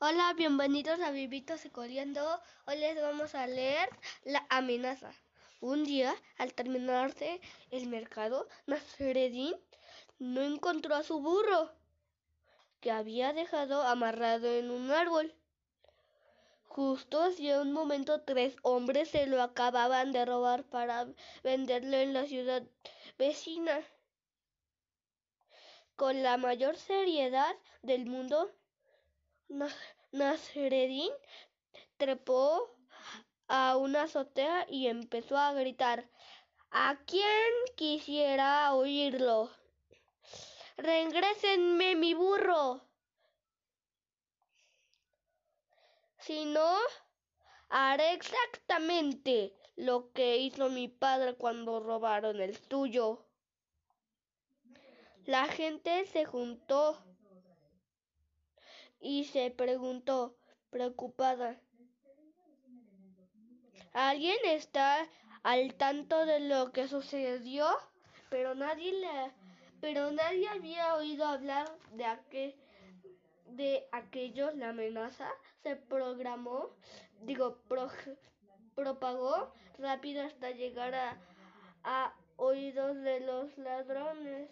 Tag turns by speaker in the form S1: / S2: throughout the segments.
S1: Hola, bienvenidos a Vivitos y Coleando. Hoy les vamos a leer La amenaza. Un día, al terminarse el mercado, Nasreddin no encontró a su burro, que había dejado amarrado en un árbol. Justo hacía un momento 3 hombres se lo acababan de robar para venderlo en la ciudad vecina. Con la mayor seriedad del mundo, Nasreddin trepó a una azotea y empezó a gritar: ¿a quién quisiera oírlo? ¡Regrésenme mi burro! Si no, haré exactamente lo que hizo mi padre cuando robaron el tuyo. La gente se juntó y se preguntó, preocupada: ¿alguien está al tanto de lo que sucedió? Pero nadie había oído hablar de aquellos. La amenaza se propagó rápido hasta llegar a oídos de los ladrones.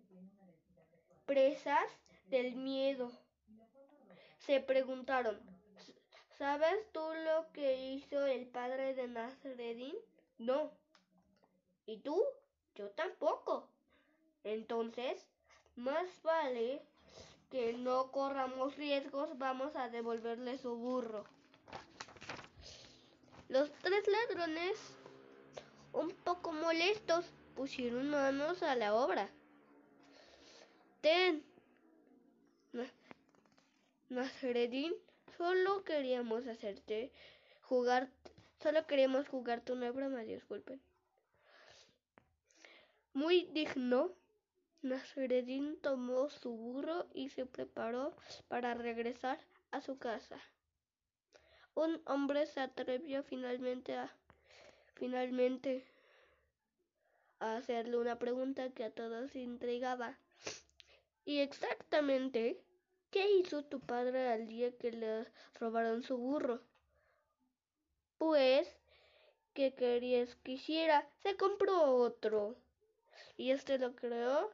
S1: Presas del miedo, se preguntaron: ¿sabes tú lo que hizo el padre de Nasreddin? No. ¿Y tú? Yo tampoco. Entonces, más vale que no corramos riesgos. Vamos a devolverle su burro. Los 3 ladrones, un poco molestos, pusieron manos a la obra. Ten, Nasreddin, solo queríamos jugarte una broma, disculpen. Muy digno, Nasreddin tomó su burro y se preparó para regresar a su casa. Un hombre se atrevió finalmente a hacerle una pregunta que a todos intrigaba. ¿Y exactamente qué hizo tu padre al día que le robaron su burro? Pues, ¿qué querías que hiciera? Se compró otro. Y este lo creó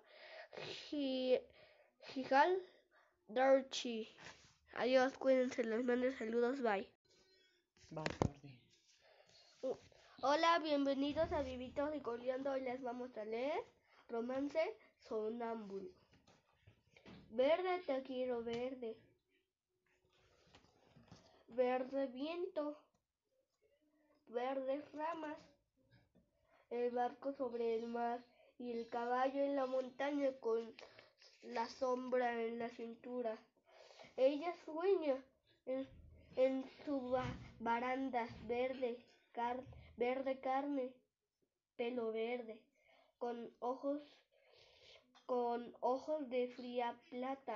S1: Hijal Darchi. Adiós, cuídense, les mando saludos, bye. Hola, bienvenidos a Vivitos y Coleando. Hoy les vamos a leer Romance Sonámbulo. Verde te quiero, verde. Verde viento, verdes ramas, el barco sobre el mar y el caballo en la montaña con la sombra en la cintura. Ella sueña en su baranda verde carne, pelo verde, con ojos de fría plata.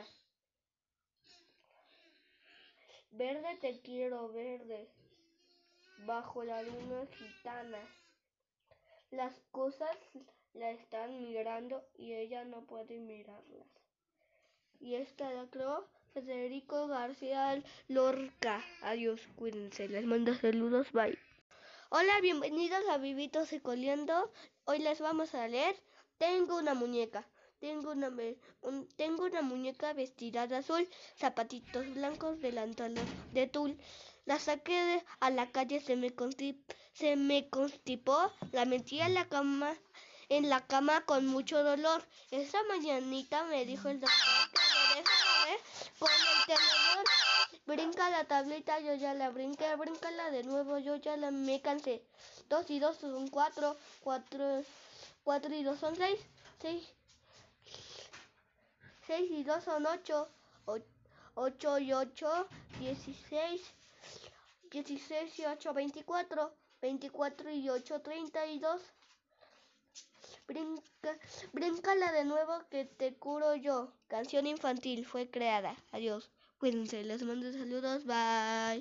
S1: Verde te quiero, verde, bajo la luna gitana. Las cosas la están mirando y ella no puede mirarlas. Y esta la creó Federico García Lorca. Adiós, cuídense, les mando saludos, bye. Hola, bienvenidos a Vivitos y Coleando. Hoy les vamos a leer Tengo una muñeca. Tengo una muñeca vestida de azul, zapatitos blancos, delantal de tul. La saqué a la calle, se me constipó, la metí en la cama con mucho dolor. Esa mañanita me dijo el doctor que me deje mover con el tenedor. Brinca la tablita, yo ya la brinqué, bríncala de nuevo, yo ya me cansé. 2 y 2 son 4, 4 y 2 son 6, 6 y 2 son 8, 8 y 8, 16, 16 y 8, 24, 24 y 8, 32. Bríncala de nuevo que te curo yo. Canción infantil fue creada. Adiós. Cuídense, les mando saludos. Bye.